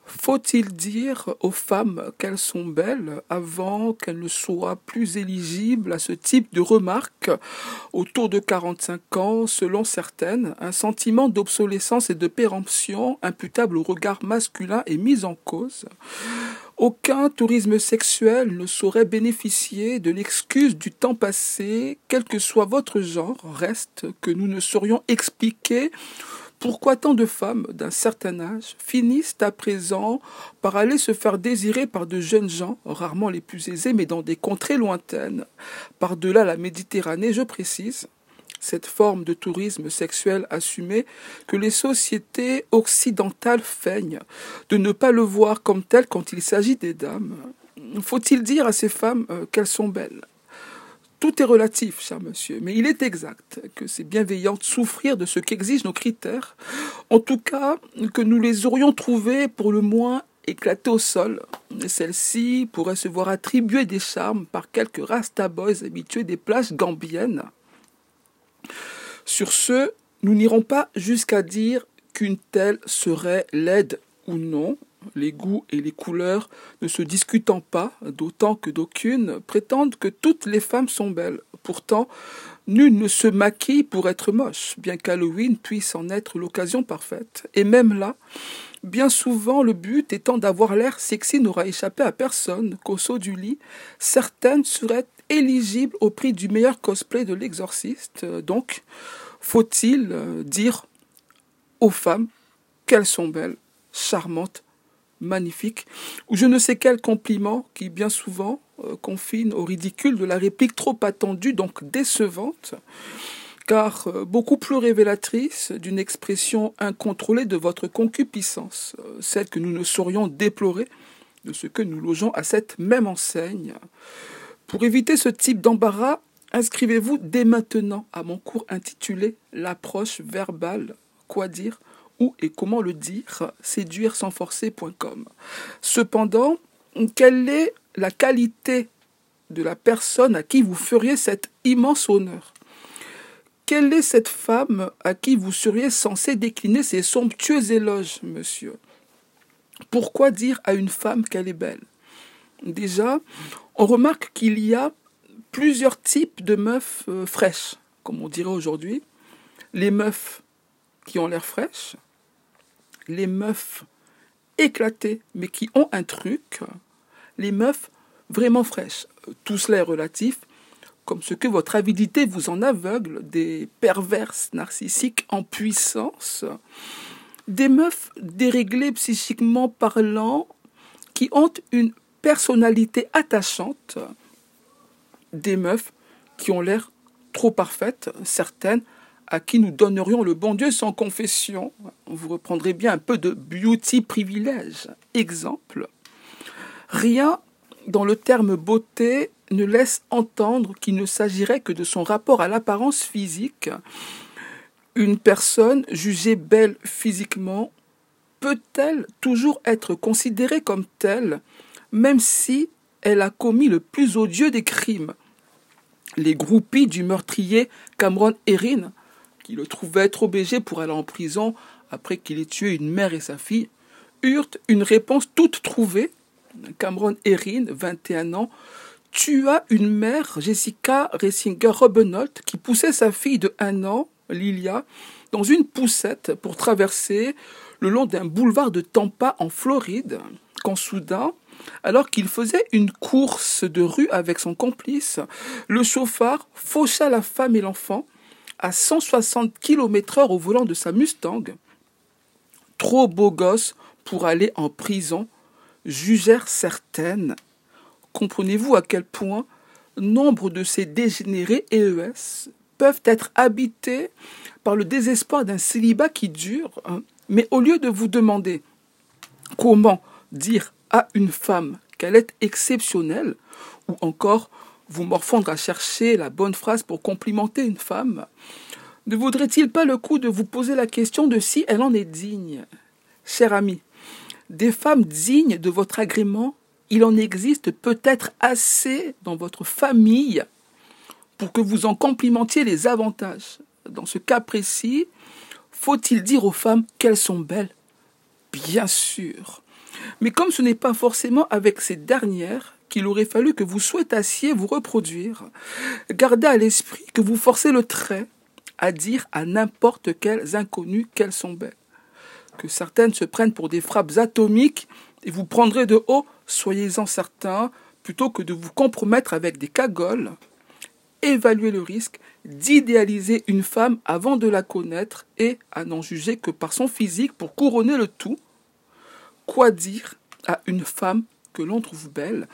Faut-il dire aux femmes qu'elles sont belles avant qu'elles ne soient plus éligibles à ce type de remarques? Autour de 45 ans, selon certaines, un sentiment d'obsolescence et de péremption imputable au regard masculin est mis en cause. Aucun tourisme sexuel ne saurait bénéficier de l'excuse du temps passé, quel que soit votre genre. Reste que nous ne saurions expliquer pourquoi tant de femmes d'un certain âge finissent à présent par aller se faire désirer par de jeunes gens, rarement les plus aisés, mais dans des contrées lointaines, par-delà la Méditerranée, je précise, cette forme de tourisme sexuel assumé que les sociétés occidentales feignent de ne pas le voir comme tel quand il s'agit des dames. Faut-il dire à ces femmes qu'elles sont belles? Tout est relatif, cher monsieur, mais il est exact que c'est bienveillant de souffrir de ce qu'exigent nos critères, en tout cas que nous les aurions trouvés pour le moins éclatées au sol. Celles-ci pourraient se voir attribuer des charmes par quelques rastaboys habitués des plages gambiennes. Sur ce, nous n'irons pas jusqu'à dire qu'une telle serait laide ou non, les goûts et les couleurs ne se discutant pas, d'autant que d'aucunes prétendent que toutes les femmes sont belles. Pourtant, nul ne se maquille pour être moche, bien qu'Halloween puisse en être l'occasion parfaite. Et même là, bien souvent, le but étant d'avoir l'air sexy n'aura échappé à personne qu'au saut du lit, certaines seraient éligibles au prix du meilleur cosplay de l'exorciste. Donc, faut-il dire aux femmes qu'elles sont belles, charmantes, magnifique, ou je ne sais quel compliment qui bien souvent confine au ridicule de la réplique trop attendue, donc décevante, car beaucoup plus révélatrice d'une expression incontrôlée de votre concupiscence, celle que nous ne saurions déplorer de ce que nous logeons à cette même enseigne. Pour éviter ce type d'embarras, inscrivez-vous dès maintenant à mon cours intitulé « L'approche verbale, quoi dire ?» où et comment le dire, séduire-sans-forcer.com. Cependant, quelle est la qualité de la personne à qui vous feriez cet immense honneur? Quelle est cette femme à qui vous seriez censé décliner ces somptueux éloges, monsieur? Pourquoi dire à une femme qu'elle est belle? Déjà, on remarque qu'il y a plusieurs types de meufs fraîches, comme on dirait aujourd'hui. Les meufs qui ont l'air fraîches, les meufs éclatées, mais qui ont un truc, les meufs vraiment fraîches. Tout cela est relatif, comme ce que votre avidité vous en aveugle, des perverses narcissiques en puissance, des meufs déréglées psychiquement parlant, qui ont une personnalité attachante, des meufs qui ont l'air trop parfaites, certaines, à qui nous donnerions le bon Dieu sans confession. Vous reprendrez bien un peu de beauty privilège. Exemple, rien dans le terme beauté ne laisse entendre qu'il ne s'agirait que de son rapport à l'apparence physique. Une personne jugée belle physiquement peut-elle toujours être considérée comme telle, même si elle a commis le plus odieux des crimes? Les groupies du meurtrier Cameron Erin, qui le trouvait trop BG pour aller en prison après qu'il ait tué une mère et sa fille, eurent une réponse toute trouvée. Cameron Erin, 21 ans, tua une mère, Jessica Ressinger-Robenold, qui poussait sa fille de 1 an, Lilia, dans une poussette pour traverser le long d'un boulevard de Tampa en Floride, quand soudain, alors qu'il faisait une course de rue avec son complice, le chauffard faucha la femme et l'enfant à 160 km/h au volant de sa Mustang. Trop beau gosse pour aller en prison, jugèrent certaines. Comprenez-vous à quel point nombre de ces dégénérés EES peuvent être habités par le désespoir d'un célibat qui dure, mais au lieu de vous demander comment dire à une femme qu'elle est exceptionnelle, ou encore vous morfondre à chercher la bonne phrase pour complimenter une femme, ne vaudrait-il pas le coup de vous poser la question de si elle en est digne? Cher ami, des femmes dignes de votre agrément, il en existe peut-être assez dans votre famille pour que vous en complimentiez les avantages. Dans ce cas précis, faut-il dire aux femmes qu'elles sont belles? Bien sûr. Mais comme ce n'est pas forcément avec ces dernières qu'il aurait fallu que vous souhaitassiez vous reproduire, gardez à l'esprit que vous forcez le trait à dire à n'importe quelles inconnues qu'elles sont belles. Que certaines se prennent pour des frappes atomiques et vous prendrez de haut, soyez-en certains, plutôt que de vous compromettre avec des cagoles. Évaluez le risque d'idéaliser une femme avant de la connaître et à n'en juger que par son physique pour couronner le tout. Quoi dire à une femme que l'on trouve belle?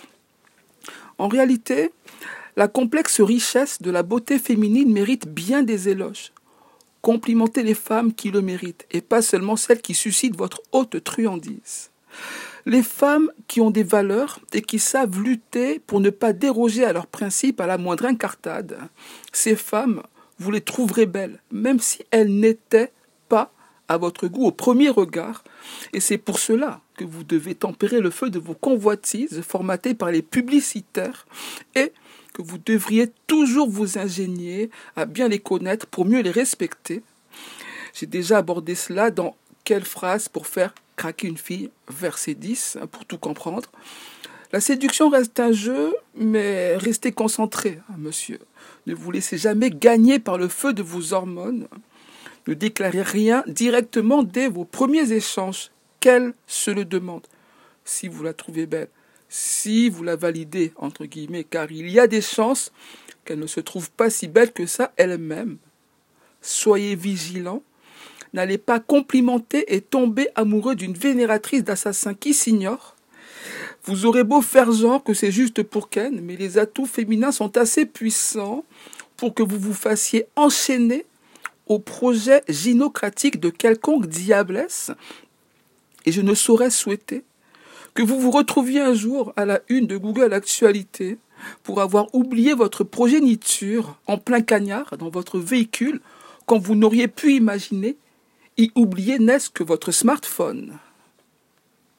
En réalité, la complexe richesse de la beauté féminine mérite bien des éloges. Complimentez les femmes qui le méritent et pas seulement celles qui suscitent votre haute truandise. Les femmes qui ont des valeurs et qui savent lutter pour ne pas déroger à leurs principes à la moindre incartade, ces femmes, vous les trouverez belles, même si elles n'étaient pas à votre goût au premier regard. Et c'est pour cela que vous devez tempérer le feu de vos convoitises formatées par les publicitaires et que vous devriez toujours vous ingénier à bien les connaître pour mieux les respecter. J'ai déjà abordé cela dans Quelle phrase pour faire craquer une fille, verset 10, pour tout comprendre. La séduction reste un jeu, mais restez concentré, monsieur. Ne vous laissez jamais gagner par le feu de vos hormones. Ne déclarez rien directement dès vos premiers échanges, qu'elle se le demande. Si vous la trouvez belle, si vous la validez, entre guillemets, car il y a des chances qu'elle ne se trouve pas si belle que ça elle-même. Soyez vigilants. N'allez pas complimenter et tomber amoureux d'une vénératrice d'assassins qui s'ignore. Vous aurez beau faire genre que c'est juste pour Ken, mais les atouts féminins sont assez puissants pour que vous vous fassiez enchaîner au projet gynocratique de quelconque diablesse. Et je ne saurais souhaiter que vous vous retrouviez un jour à la une de Google Actualité pour avoir oublié votre progéniture en plein cagnard dans votre véhicule quand vous n'auriez pu imaginer y oublier n'est-ce que votre smartphone.